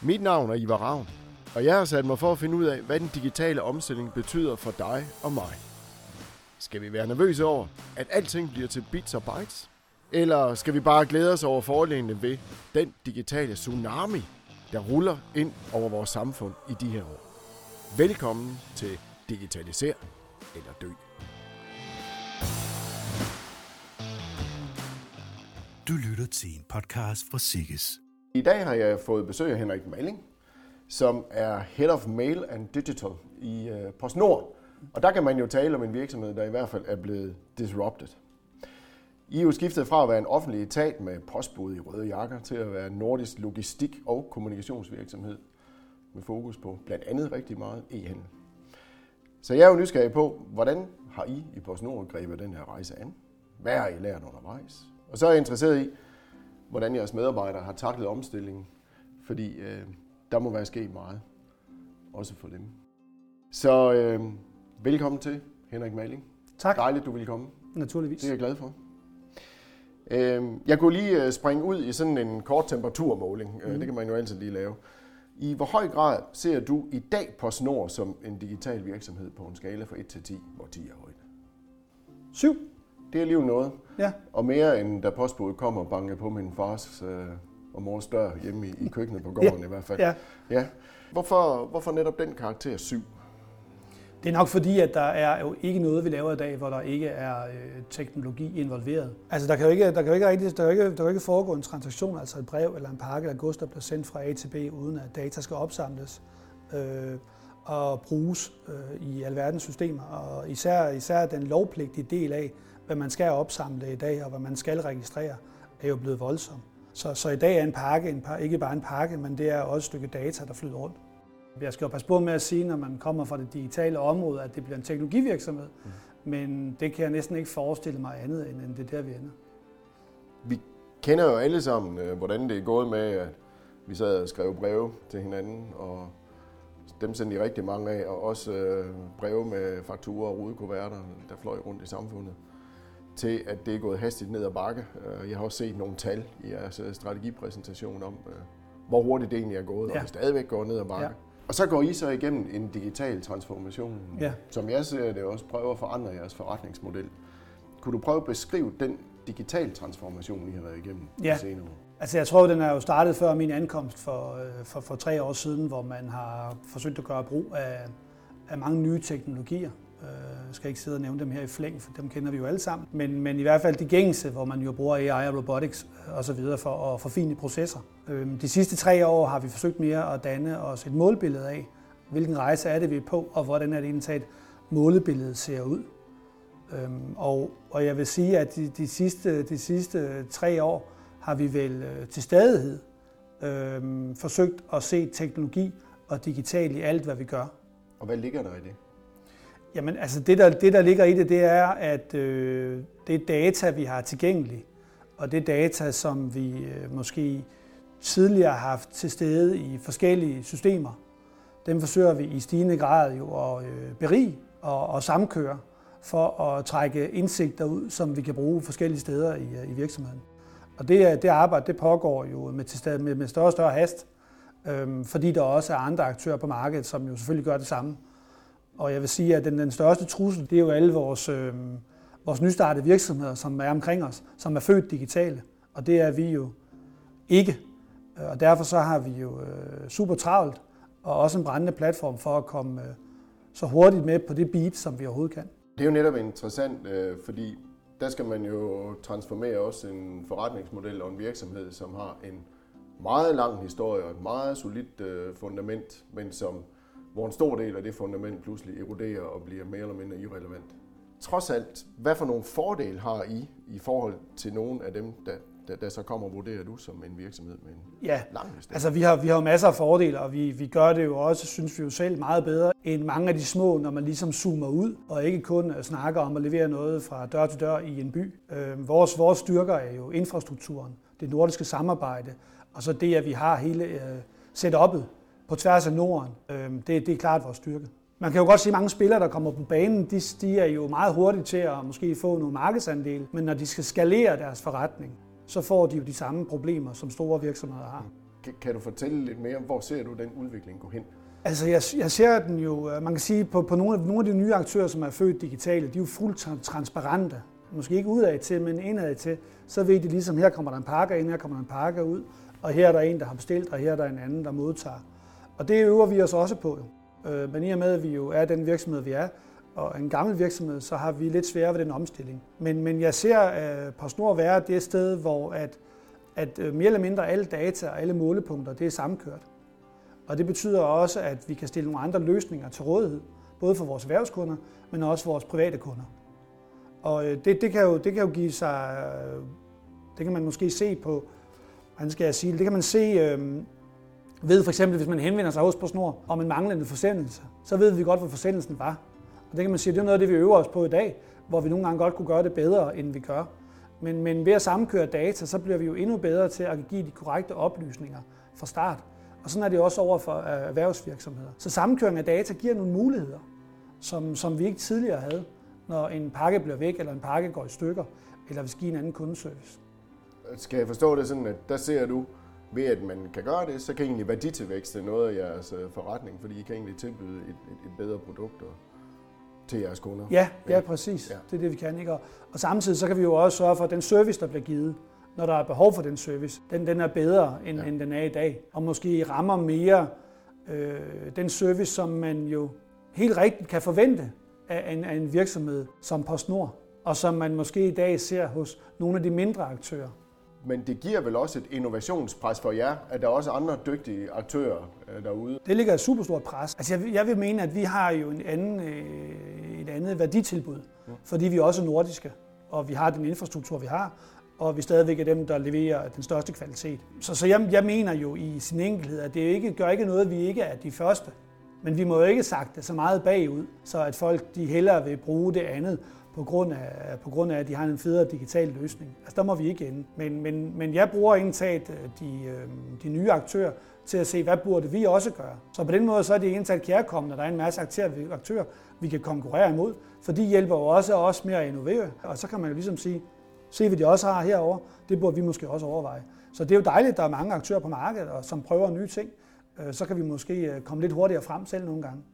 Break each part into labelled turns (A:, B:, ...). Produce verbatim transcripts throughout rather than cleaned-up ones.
A: Mit navn er Ivar Ravn, og jeg har sat mig for at finde ud af, hvad den digitale omstilling betyder for dig og mig. Skal vi være nervøse over, at alting bliver til bits og bytes? Eller skal vi bare glæde os over fordelene ved den digitale tsunami, der ruller ind over vores samfund i de her år? Velkommen til Digitaliser eller Dø.
B: Du lytter til en podcast fra Sikkes.
A: I dag har jeg fået besøg af Henrik Malling, som er Head of Mail and Digital i uh, PostNord. Og der kan man jo tale om en virksomhed, der i hvert fald er blevet disrupted. I er jo skiftet fra at være en offentlig etat med postbud i røde jakker til at være en nordisk logistik- og kommunikationsvirksomhed med fokus på blandt andet rigtig meget e-handel. Så jeg er jo nysgerrig på, hvordan har I i PostNord grebet den her rejse an? Hvad har I lært undervejs? Og så er jeg interesseret i, hvordan jeres medarbejdere har taklet omstillingen, fordi øh, der må være sket meget, også for dem. Så øh, velkommen til, Henrik Malling.
C: Tak.
A: Dejligt, du vil komme.
C: Naturligvis.
A: Det er jeg glad for. Øh, jeg kunne lige springe ud i sådan en kort temperaturmåling. Mm. Det kan man jo altid lige lave. I hvor høj grad ser du i dag PostNord som en digital virksomhed på en skala fra et til ti, hvor ti er højt?
C: syv.
A: Det er alligevel noget.
C: Ja.
A: Og mere end da postbuddet kom og bankede på min fars øh, og mors dør hjemme i, i køkkenet på gården ja. i hvert fald.
C: Ja.
A: Ja. Hvorfor, hvorfor netop den karakter syv?
C: Det er nok fordi, at der er jo ikke noget, vi laver i dag, hvor der ikke er øh, teknologi involveret. Altså der kan jo ikke, der kan jo ikke, rigtig, der kan jo ikke, der kan jo ikke foregå en transaktion, altså et brev eller en pakke eller gods, der bliver sendt fra A til B, uden at data skal opsamles øh, og bruges øh, i alverdens systemer. Og især, især den lovpligtige del af, hvad man skal opsamle i dag og hvad man skal registrere, er jo blevet voldsom. Så, så i dag er en pakke en par, ikke bare en pakke, men det er også et stykke data, der flyder rundt. Jeg skal jo passe på med at sige, når man kommer fra det digitale område, at det bliver en teknologivirksomhed. Mm. Men det kan jeg næsten ikke forestille mig andet, end det der, vi ender.
A: Vi kender jo alle sammen, hvordan det er gået med, at vi sad og skrev breve til hinanden, og dem sendte de rigtig mange af, og også breve med fakturer og rudekuverter, der fløj rundt i samfundet, til at det er gået hastigt ned ad bakke. Jeg har også set nogle tal i jeres strategipræsentation om, hvor hurtigt det egentlig er gået, ja. og det stadigvæk går ned ad bakke. Ja. Og så går I så igennem en digital transformation, ja. som jeg ser det også prøver at forandre jeres forretningsmodel. Kunne du prøve at beskrive den digital transformation, I har været igennem
C: ja.
A: de senere år?
C: Altså jeg tror, den er jo startet før min ankomst for, for, for tre år siden, hvor man har forsøgt at gøre brug af, af mange nye teknologier. Jeg skal ikke sidde og nævne dem her i flæng, for dem kender vi jo alle sammen. Men, men i hvert fald de gængse, hvor man jo bruger A I og robotics osv. for at forfine processer. De sidste tre år har vi forsøgt mere at danne os et målbillede af, hvilken rejse er det, vi er på, og hvordan er det egentlig taget målebilledet ser ud. Og, og jeg vil sige, at de, de, sidste, de sidste tre år har vi vel til stadighed øh, forsøgt at se teknologi og digital i alt, hvad vi gør.
A: Og hvad ligger der i det?
C: Jamen, altså det der, det, der ligger i det, det er, at øh, det data, vi har tilgængeligt, og det data, som vi øh, måske tidligere har haft til stede i forskellige systemer, dem forsøger vi i stigende grad jo at øh, berige og, og samkøre for at trække indsigter ud, som vi kan bruge forskellige steder i, i virksomheden. Og det, det arbejde, det pågår jo med, med, med større og større hast, øh, fordi der også er andre aktører på markedet, som jo selvfølgelig gør det samme. Og jeg vil sige, at den, den største trussel, det er jo alle vores, øh, vores nystartede virksomheder, som er omkring os, som er født digitale. Og det er vi jo ikke. Og derfor så har vi jo øh, super travlt, og også en brændende platform for at komme øh, så hurtigt med på det beat, som vi overhovedet kan.
A: Det er jo netop interessant, øh, fordi der skal man jo transformere også en forretningsmodel og en virksomhed, som har en meget lang historie og et meget solidt øh, fundament, men som hvor en stor del af det fundament pludselig eroderer og bliver mere eller mindre irrelevant. Trods alt, hvad for nogle fordele har I i forhold til nogle af dem, der, der, der så kommer og vurderer du som en virksomhed med en
C: ja,
A: lang historie?
C: Altså vi har, vi har masser af fordele, og vi, vi gør det jo også, synes vi jo selv, meget bedre end mange af de små, når man ligesom zoomer ud, og ikke kun snakker om at levere noget fra dør til dør i en by. Øh, vores, vores styrker er jo infrastrukturen, det nordiske samarbejde, og så det, at vi har hele øh, setup'et på tværs af Norden, øh, det, det er klart vores styrke. Man kan jo godt sige, at mange spillere, der kommer på banen, de, de er jo meget hurtige til at måske få nogle markedsandele, men når de skal skalere deres forretning, så får de jo de samme problemer, som store virksomheder har.
A: Kan, kan du fortælle lidt mere, hvor ser du den udvikling gå hen?
C: Altså jeg, jeg ser den jo, man kan sige, på, på nogle, af, nogle af de nye aktører, som er født digitale, de er jo fuldt transparente. Måske ikke udad til, men indad til. Så ved de ligesom, her kommer der en pakke ind, her kommer der en pakke ud, og her er der en, der har bestilt, og her er der en anden, der modtager. Og det øver vi os også på. Men i og med, at vi jo er den virksomhed, vi er, og en gammel virksomhed, så har vi lidt sværere ved den omstilling. Men, men jeg ser uh, PostNord være det sted, hvor at, at uh, mere eller mindre alle data og alle målepunkter, det er sammenkørt. Og det betyder også, at vi kan stille nogle andre løsninger til rådighed, både for vores erhvervskunder, men også for vores private kunder. Og uh, det, det, kan jo, det kan jo give sig, uh, det kan man måske se på, hvordan skal jeg sige det, det kan man se uh, ved for eksempel, hvis man henvender sig hos PostNord om en manglende forsendelse, så ved vi godt, hvor forsendelsen var. Og det kan man sige, det er noget af det, vi øver os på i dag, hvor vi nogle gange godt kunne gøre det bedre, end vi gør. Men, men ved at sammenkøre data, så bliver vi jo endnu bedre til at give de korrekte oplysninger fra start. Og sådan er det også over for erhvervsvirksomheder. Så sammenkøring af data giver nogle muligheder, som, som vi ikke tidligere havde, når en pakke bliver væk, eller en pakke går i stykker, eller vi skal give en anden kundeservice.
A: Skal jeg forstå det sådan, at der ser du, ved at man kan gøre det, så kan egentlig værditilvækste noget af jeres forretning, fordi I kan egentlig tilbyde et, et, et bedre produkt og til jeres kunder.
C: Ja, ja, præcis. Ja. Det er det, vi kan. Ikke? Og, og samtidig så kan vi jo også sørge for, at den service, der bliver givet, når der er behov for den service, den, den er bedre, end, ja. end den er i dag. Og måske rammer mere øh, den service, som man jo helt rigtigt kan forvente af en, af en virksomhed som PostNord, og som man måske i dag ser hos nogle af de mindre aktører.
A: Men det giver vel også et innovationspres for jer, at der er også andre dygtige aktører derude?
C: Det ligger et superstort pres. Altså jeg, jeg vil mene, at vi har jo en anden, øh, et andet værditilbud, mm. fordi vi er også nordiske, og vi har den infrastruktur, vi har, og vi stadigvæk er dem, der leverer den største kvalitet. Så, så jeg, jeg mener jo i sin enkelhed, at det ikke, gør ikke noget, at vi ikke er de første. Men vi må jo ikke sagt det så meget bagud, så at folk de hellere vil bruge det andet, på grund af, på grund af at de har en federe digital løsning. Altså der må vi ikke ende. Men, men, men jeg bruger indtaget de, de nye aktører til at se, hvad burde vi også gøre. Så på den måde så er det indtaget kærkommende, der er en masse aktører, vi kan konkurrere imod, for de hjælper jo også os med at innovere. Og så kan man jo ligesom sige, se hvad de også har herovre, det burde vi måske også overveje. Så det er jo dejligt, at der er mange aktører på markedet, som prøver nye ting. Så kan vi måske komme lidt hurtigere frem selv nogle gange.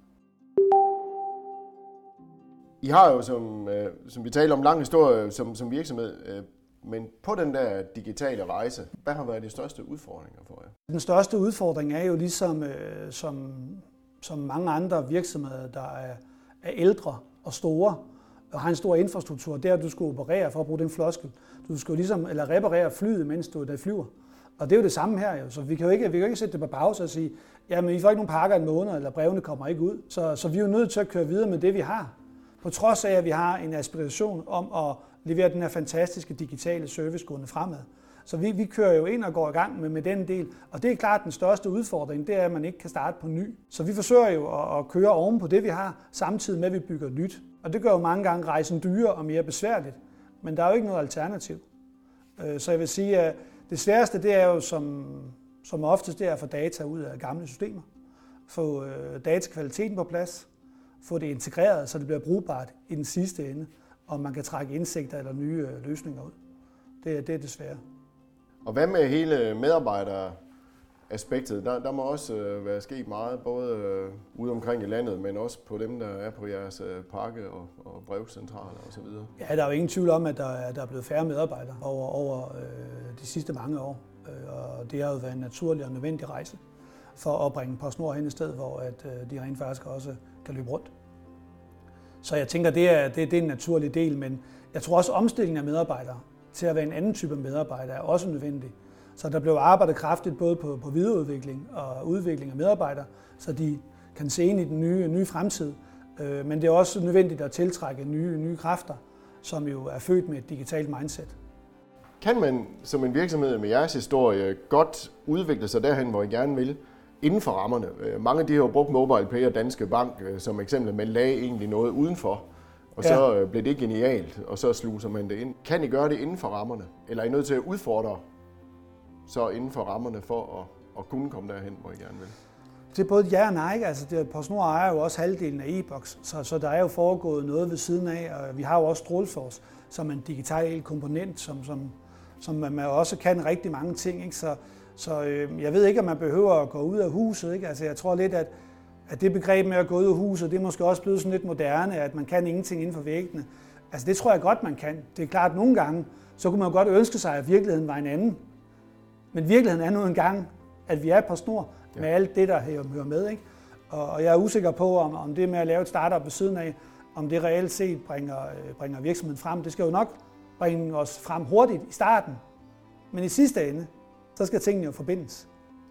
A: I har jo, som, øh, som vi taler om, lang historie som, som virksomhed, øh, men på den der digitale rejse, hvad har været de største udfordringer for jer?
C: Den største udfordring er jo ligesom øh, som, som mange andre virksomheder, der er, er ældre og store, og har en stor infrastruktur, der du skal operere for at bruge den floskel. Du skal ligesom, eller reparere flyet, mens du der flyver. Og det er jo det samme her, jo. Så vi kan jo ikke, vi kan jo ikke sætte det på pause og sige, jamen I får ikke nogen pakker en måned, eller brevene kommer ikke ud. Så, så vi er jo nødt til at køre videre med det, vi har. På trods af, at vi har en aspiration om at levere den her fantastiske digitale service gående fremad. Så vi, vi kører jo ind og går i gang med, med den del. Og det er klart, at den største udfordring, det er, at man ikke kan starte på ny. Så vi forsøger jo at, at køre oven på det, vi har, samtidig med, at vi bygger nyt. Og det gør jo mange gange rejsen dyrere og mere besværligt. Men der er jo ikke noget alternativ. Så jeg vil sige, at det sværeste, det er jo som, som oftest, det er at få data ud af gamle systemer. Få datakvaliteten på plads. Få det integreret, så det bliver brugbart i den sidste ende, og man kan trække indsigter eller nye løsninger ud. Det, det er det svære.
A: Og hvad med hele medarbejderaspektet? Der, der må også øh, være sket meget, både øh, ude omkring i landet, men også på dem, der er på jeres øh, pakke- og, og brevcentraler osv.
C: Ja, der er jo ingen tvivl om, at der er, der er blevet færre medarbejdere over, over øh, de sidste mange år. Øh, og det har jo været en naturlig og nødvendig rejse for at bringe PostNord hen et sted, hvor at, øh, de rent faktisk også kan løbe rundt. Så jeg tænker, det er, det, det er en naturlig del, men jeg tror også, at omstillingen af medarbejdere til at være en anden type medarbejdere er også nødvendig. Så der blev arbejdet kraftigt både på, på videreudvikling og udvikling af medarbejdere, så de kan se ind i den nye, nye fremtid. Øh, men det er også nødvendigt at tiltrække nye, nye kræfter, som jo er født med et digitalt mindset.
A: Kan man som en virksomhed med jeres historie godt udvikle sig derhen, hvor I gerne vil, inden for rammerne? Mange af de har jo brugt MobilePay og Danske Bank som eksempel, men lagde egentlig noget udenfor, og så ja. blev det genialt, og så sluser man det ind. Kan I gøre det inden for rammerne, eller er I nødt til at udfordre så inden for rammerne for at, at kunne komme derhen, hvor I gerne vil?
C: Det er både ja og nej. Altså, PostNord ejer jo også halvdelen af e-boks, så, så der er jo foregået noget ved siden af, og vi har jo også Strålforce som en digital komponent, som, som, som man også kan rigtig mange ting, ikke? Så, Så øh, jeg ved ikke, om man behøver at gå ud af huset. Ikke? Altså, jeg tror lidt, at, at det begreb med at gå ud af huset, det er måske også blevet sådan lidt moderne, at man kan ingenting inden for væggene. Altså, det tror jeg godt, man kan. Det er klart, at nogle gange, så kunne man godt ønske sig, at virkeligheden var en anden. Men virkeligheden er nu engang, at vi er på snor med ja. alt det, der hører med. Ikke? Og, og jeg er usikker på, om, om det med at lave et startup ved siden af, om det reelt set bringer, bringer virksomheden frem. Det skal jo nok bringe os frem hurtigt i starten. Men i sidste ende, så skal tingene jo forbindes.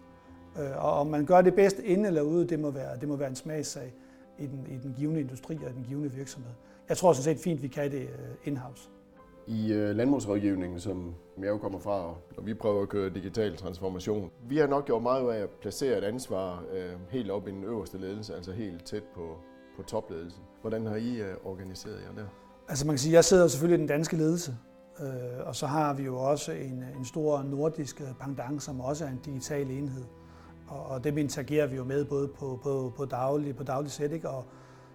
C: Og om man gør det bedst inde eller ude, det må være, det må være en smagssag i den, i den givne industri og den givne virksomhed. Jeg tror sådan set fint, vi kan det in-house.
A: I uh, landbrugsrådgivningen, som jeg jo kommer fra, og vi prøver at køre digital transformation, vi har nok gjort meget af at placere et ansvar uh, helt op i den øverste ledelse, altså helt tæt på, på topledelsen. Hvordan har I uh, organiseret jer der? Altså
C: man kan sige, at jeg sidder selvfølgelig i den danske ledelse, uh, og så har vi jo også en, en stor nordisk pendant, som også er en digital enhed. Og, og dem interagerer vi jo med både på, på, på daglig, på daglig sæt, ikke? Og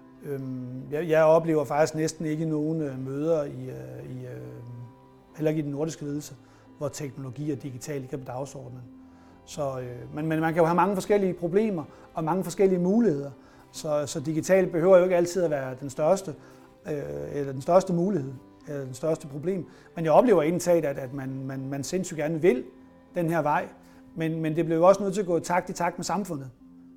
C: Jeg, jeg oplever faktisk næsten ikke nogen øh, møder, i, øh, i, øh, heller ikke i den nordiske ledelse, hvor teknologi og digital ikke er på dagsordenen. Så, øh, men, men man kan jo have mange forskellige problemer og mange forskellige muligheder. Så, så digital behøver jo ikke altid at være den største, øh, eller den største mulighed, eller den største problem. Men jeg oplever egentlig, at, at man, man, man sindssygt gerne vil den her vej. Men, men det bliver jo også nødt til at gå takt i takt med samfundet.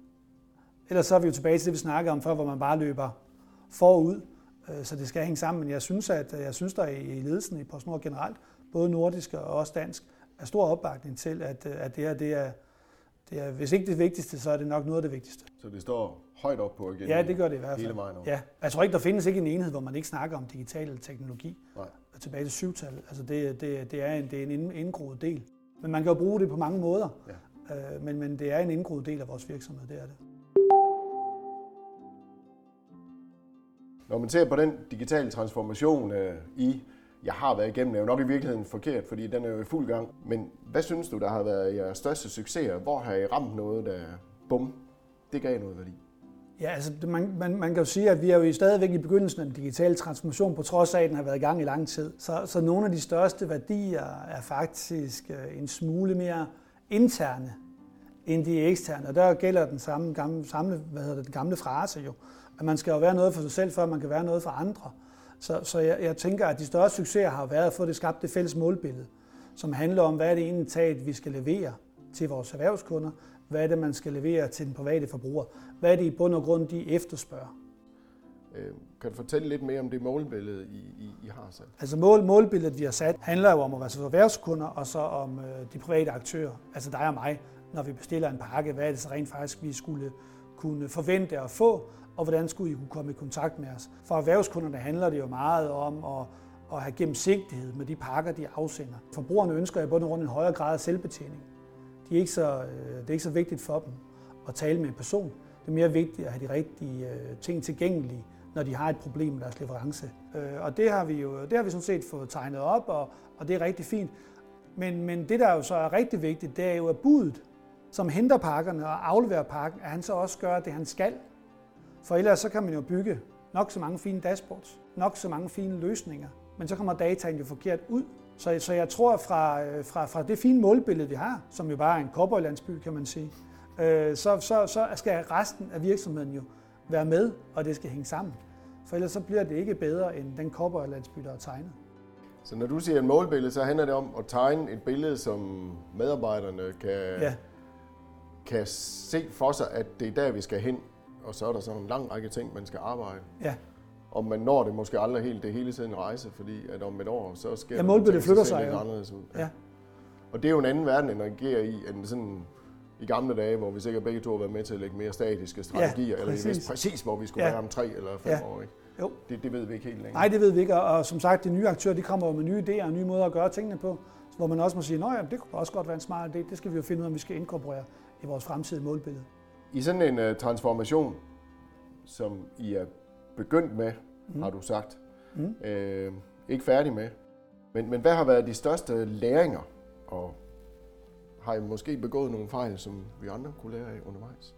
C: Ellers så er vi jo tilbage til det, vi snakkede om før, hvor man bare løber forud, så det skal hænge sammen. Men jeg synes, at jeg synes, der i ledelsen i PostNord generelt, både nordisk og også dansk, er stor opbakning til, at, at det her, det er, det er, hvis ikke det vigtigste, så er det nok noget af det vigtigste.
A: Så det står højt op på agendaen?
C: Ja, det gør det i hvert fald.
A: Hele vejen over.
C: Ja, jeg tror ikke, der findes ikke en enhed, hvor man ikke snakker om digital eller teknologi.
A: Nej.
C: Tilbage til syvtallet. Altså det, det, det er en, det er en indgroet del. Men man kan jo bruge det på mange måder. Ja. Men, men det er en indgroet del af vores virksomhed, det er det. Når
A: man ser på den digitale transformation øh, i, jeg har været igennem, er jo nok i virkeligheden forkert, fordi den er jo i fuld gang. Men hvad synes du, der har været jeres største succeser? Hvor har I ramt noget, der bum, det gav noget værdi?
C: Ja, altså man, man, man kan jo sige, at vi er jo stadigvæk i begyndelsen af den digitale transformation, på trods af, at den har været i gang i lang tid. Så, så nogle af de største værdier er faktisk en smule mere interne end de eksterne. Og der gælder den samme gamle, samme, hvad hedder det, den gamle frase jo, at man skal jo være noget for sig selv, før man kan være noget for andre. Så, så jeg, jeg tænker, at de største succeser har været at få det skabt det fælles målbillede, som handler om, hvad er det egentlig taget, vi skal levere til vores erhvervskunder, hvad er det, man skal levere til den private forbruger, hvad er det i bund og grund, de efterspørger.
A: Øh, kan du fortælle lidt mere om det målbillede, I, I, I har sat?
C: Altså mål, målbilledet, vi har sat, handler jo om at være så erhvervskunder, og så om øh, de private aktører, altså dig og mig, når vi bestiller en pakke, hvad er det så rent faktisk, vi skulle kunne forvente at få, og hvordan skulle I kunne komme i kontakt med os. For erhvervskunderne handler det jo meget om at, at have gennemsigtighed med de pakker, de afsender. Forbrugerne ønsker i bund og grund en højere grad af selvbetjening. De er ikke så, det er ikke så vigtigt for dem at tale med en person. Det er mere vigtigt at have de rigtige ting tilgængelige, når de har et problem med deres leverance. Og det har vi jo det har vi sådan set fået tegnet op, og, og det er rigtig fint. Men, men det, der jo så er rigtig vigtigt, det er jo, at budet, som henter pakkerne og afleverer pakken, at han så også gør det, han skal. For ellers så kan man jo bygge nok så mange fine dashboards, nok så mange fine løsninger, men så kommer dataen jo forkert ud. Så, så jeg tror, fra, fra, fra det fine målbillede, vi har, som jo bare er en cowboylandsby, kan man sige, øh, så, så, så skal resten af virksomheden jo være med, og det skal hænge sammen. For ellers så bliver det ikke bedre end den cowboylandsby, der er tegnet.
A: Så når du siger et målbillede, så handler det om at tegne et billede, som medarbejderne kan, ja. kan se for sig, at det er der, vi skal hen. Og så er der sådan en lang række ting, man skal arbejde.
C: Ja.
A: Og man når det måske aldrig helt, det hele tiden rejse, fordi at om et år, så sker
C: ja, målbilledet flytter sig
A: lidt
C: jo.
A: anderledes ud. Ja.
C: Ja.
A: Og det er jo en anden verden, end at agere i, end sådan i gamle dage, hvor vi sikkert begge to har været med til at lægge mere statiske strategier, ja, eller vi vidste præcis, hvor vi skulle ja. være om tre eller fem ja. år. Ikke?
C: Jo.
A: Det, det ved vi ikke helt længere.
C: Nej, det ved vi ikke, og, og som sagt, de nye aktører, de kommer jo med nye idéer og nye måder at gøre tingene på, hvor man også må sige, at det kunne også godt være en smart idé, det skal vi jo finde ud af, om vi skal inkorporere i vores fremtidige målbillede.
A: I sådan en uh, transformation, som I er begyndt med, mm. har du sagt, mm. øh, ikke færdig med, men, men hvad har været de største læringer, og har I måske begået nogle fejl, som vi andre kunne lære af undervejs?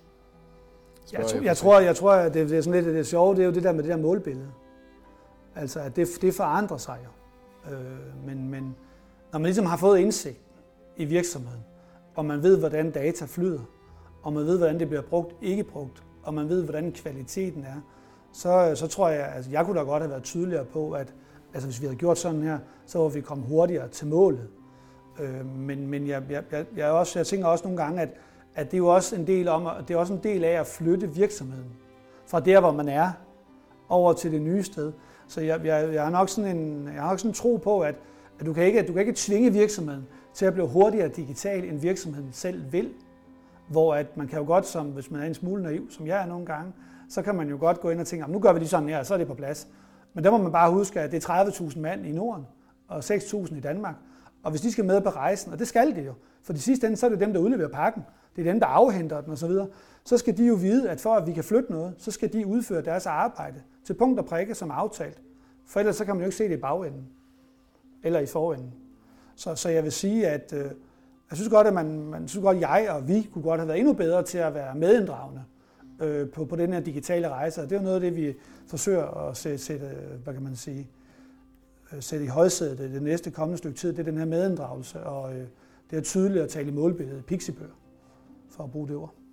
C: Jeg, jeg, jeg tror, jeg tror at det, det er sådan lidt det sjove, det er jo det der med det der målbillede. Altså, at det, det forandrer sig jo. Øh, men, men når man ligesom har fået indsigt i virksomheden, og man ved, hvordan data flyder, og man ved, hvordan det bliver brugt, ikke brugt, og man ved, hvordan kvaliteten er, så, så tror jeg, altså jeg kunne da godt have været tydeligere på, at altså, hvis vi havde gjort sådan her, så var vi kommet hurtigere til målet. Øh, men men jeg, jeg, jeg, jeg, også, jeg tænker også nogle gange, at, at det er jo også en del om, det er også en del af at flytte virksomheden fra der, hvor man er, over til det nye sted. Så jeg, jeg, jeg har nok sådan en, jeg har nok sådan en tro på, at, at du kan ikke, du kan ikke tvinge virksomheden til at blive hurtigere digital, end virksomheden selv vil. Hvor at man kan jo godt, som, hvis man er en smule naiv, som jeg er nogle gange, så kan man jo godt gå ind og tænke, nu gør vi det sådan her, så er det på plads. Men der må man bare huske, at det er tredive tusind mand i Norden og seks tusind i Danmark. Og hvis de skal med på rejsen, og det skal de jo, for de sidste ende, så er det dem, der udleverer pakken, det er dem, der afhenter den osv., så skal de jo vide, at for at vi kan flytte noget, så skal de udføre deres arbejde til punkt og prikke som aftalt. For ellers så kan man jo ikke se det i bagenden eller i forenden. Så, så jeg vil sige, at øh, jeg synes godt, at man, man synes godt, at jeg og vi kunne godt have været endnu bedre til at være medinddragende øh, på, på den her digitale rejse. Og det er jo noget af det, vi forsøger at sætte, sætte, hvad kan man sige, sætte i højsædet det, det næste kommende stykke tid. Det er den her medinddragelse, og øh, det er tydeligt at tale i målbilledet, pixibøger, for at bruge det ord.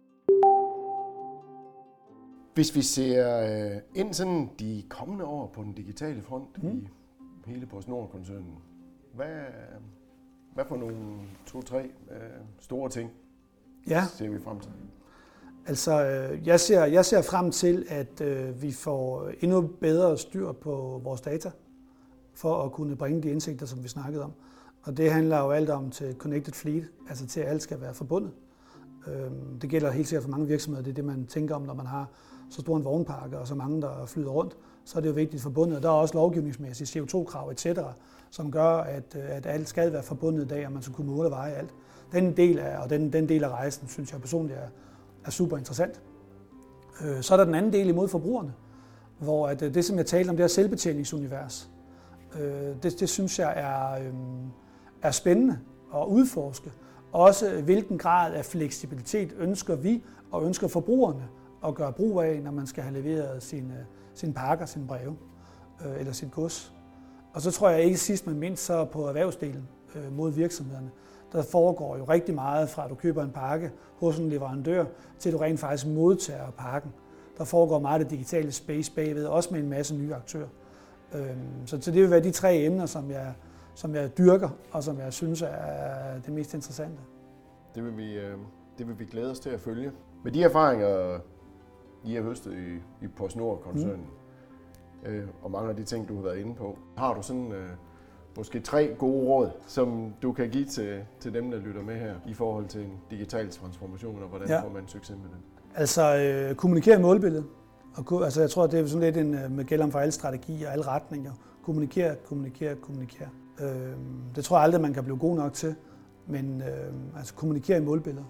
A: Hvis vi ser ind sådan de kommende år på den digitale front mm. i hele PostNord-koncernen, hvad, hvad for nogle to-tre øh, store ting
C: ja.
A: ser vi frem til?
C: Altså, øh, jeg, ser, jeg ser frem til, at øh, vi får endnu bedre styr på vores data, for at kunne bringe de indsigter, som vi snakkede om. Og det handler jo alt om til Connected Fleet, altså til at alt skal være forbundet. Øh, det gælder helt sikkert for mange virksomheder, det er det, man tænker om, når man har så stor en vognpakke og så mange, der flyder rundt, så er det jo vigtigt forbundet. Og der er også lovgivningsmæssigt C O to krav et cetera, som gør, at, at alt skal være forbundet i dag, og man skal kunne måle og veje alt. Den del af, og den, den del af rejsen, synes jeg personligt er, er super interessant. Øh, så er der den anden del imod forbrugerne, hvor at det, som jeg talte om, det her selvbetjeningsunivers, øh, det, det synes jeg er, øh, er spændende at udforske. Også hvilken grad af fleksibilitet ønsker vi og ønsker forbrugerne at gøre brug af, når man skal have leveret sine, sine pakker, sine breve øh, eller sit gods. Og så tror jeg ikke sidst, men mindst så på erhvervsdelen øh, mod virksomhederne. Der foregår jo rigtig meget fra, at du køber en pakke hos en leverandør, til du rent faktisk modtager pakken. Der foregår meget det digitale space bagved, også med en masse nye aktører. Øh, så, så det vil være de tre emner, som jeg, som jeg dyrker, og som jeg synes er det mest interessante.
A: Det vil vi, øh, det vil vi glæde os til at følge. Med de erfaringer, I har høstet i, i PostNord-koncernen, mm. øh, og mange af de ting, du har været inde på, har du sådan øh, måske tre gode råd, som du kan give til, til dem, der lytter med her, i forhold til en digital transformation, og hvordan ja. får man succes med den? Altså,
C: øh, kommunikere målbilledet. Og, altså, jeg tror, det er sådan lidt en med gælder for alle strategier og alle retninger. Kommunikere, kommunikere, kommunikere. Øh, det tror jeg aldrig, man kan blive god nok til, men øh, altså, kommunikere i målbilledet.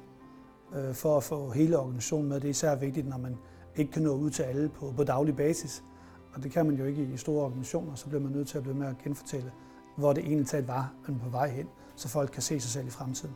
C: For at få hele organisationen med. Det er især vigtigt, når man ikke kan nå ud til alle på, på daglig basis. Og det kan man jo ikke i store organisationer, så bliver man nødt til at blive med at genfortælle, hvor det egentlig talt var, men på vej hen, så folk kan se sig selv i fremtiden.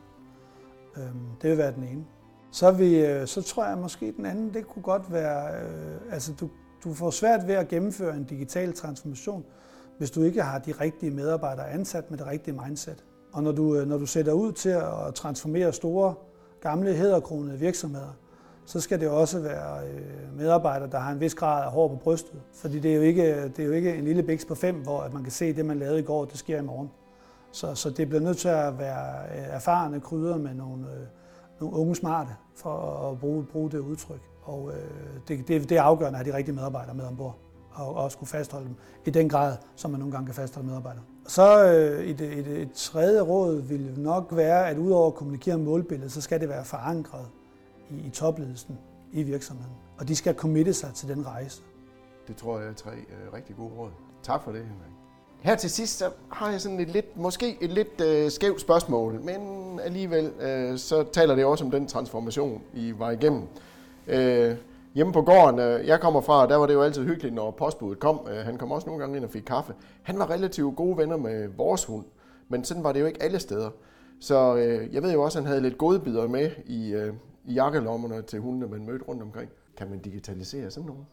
C: Det vil være den ene. Så, vi, så tror jeg måske den anden, det kunne godt være, øh, altså du, du får svært ved at gennemføre en digital transformation, hvis du ikke har de rigtige medarbejdere ansat med det rigtige mindset. Og når du, når du sætter ud til at transformere store gamle hæderkronede virksomheder, så skal det også være medarbejdere, der har en vis grad af hår på brystet. Fordi det er jo ikke, det er jo ikke en lille biks på fem, hvor at man kan se, at det, man lavede i går, det sker i morgen. Så, så det bliver nødt til at være erfarne krydder med nogle, nogle unge smarte, for at bruge, bruge det udtryk. Og øh, det, det, det er afgørende at have de rigtige medarbejdere med ombord, og også kunne fastholde dem i den grad, som man nogle gange kan fastholde medarbejdere. Så øh, et, et, et tredje råd vil nok være, at udover at kommunikere målbilledet, så skal det være forankret i, i topledelsen i virksomheden. Og de skal committe sig til den rejse.
A: Det tror jeg er tre øh, rigtig gode råd. Tak for det, Henrik. Her til sidst så har jeg sådan et lidt, måske et lidt øh, skævt spørgsmål, men alligevel øh, så taler det også om den transformation, I var igennem. Øh, Hjemme på gården, jeg kommer fra, der var det jo altid hyggeligt, når postbuddet kom. Han kom også nogle gange ind og fik kaffe. Han var relativt gode venner med vores hund, men sådan var det jo ikke alle steder. Så øh, jeg ved jo også, at han havde lidt godbidder med i, øh, i jakkelommerne til hundene, man mødte rundt omkring. Kan man digitalisere sådan noget?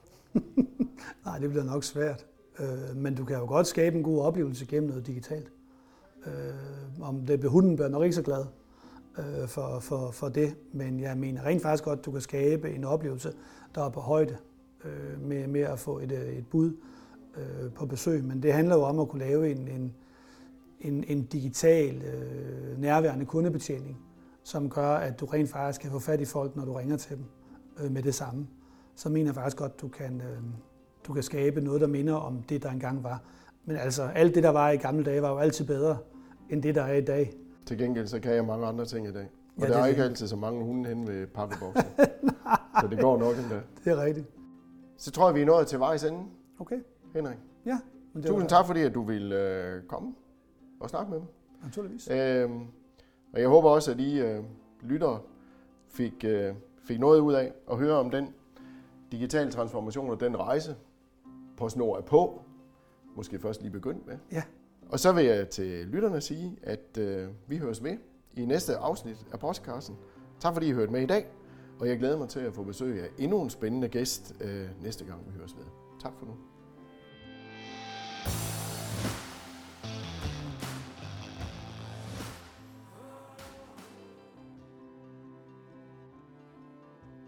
C: Nej, det bliver nok svært. Øh, men du kan jo godt skabe en god oplevelse gennem noget digitalt. Øh, om det bliver hunden, bliver nok ikke så glad. øh, for, for, for det. Men jeg mener rent faktisk godt, at du kan skabe en oplevelse, der er på højde øh, med, med at få et, et bud øh, på besøg. Men det handler jo om at kunne lave en, en, en, en digital, øh, nærværende kundebetjening, som gør, at du rent faktisk kan få fat i folk, når du ringer til dem øh, med det samme. Så mener jeg faktisk godt, at du kan, øh, du kan skabe noget, der minder om det, der engang var. Men altså, alt det, der var i gamle dage, var jo altid bedre, end det, der er i dag.
A: Til gengæld, så kan jeg mange andre ting i dag. Og
C: Ja,
A: der er
C: det-
A: ikke altid så mange hunde hen ved pakkeboksen. Så det går nok endda.
C: Det er rigtigt.
A: Så tror jeg, vi er nået til vejs ende,
C: Okay,
A: Henrik.
C: ja. Men det
A: Tusind
C: var-
A: tak, fordi at du ville øh, komme og snakke med mig.
C: Naturligvis.
A: Øhm, og jeg håber også, at I øh, lyttere fik, øh, fik noget ud af at høre om den digitale transformation og den rejse, PostNord er på. Måske først lige begyndt med.
C: Ja.
A: Og så vil jeg til lytterne sige, at øh, vi høres ved i næste afsnit af podcasten. Tak fordi I hørte med i dag, og jeg glæder mig til at få besøg af endnu en spændende gæst øh, næste gang vi høres ved. Tak for nu.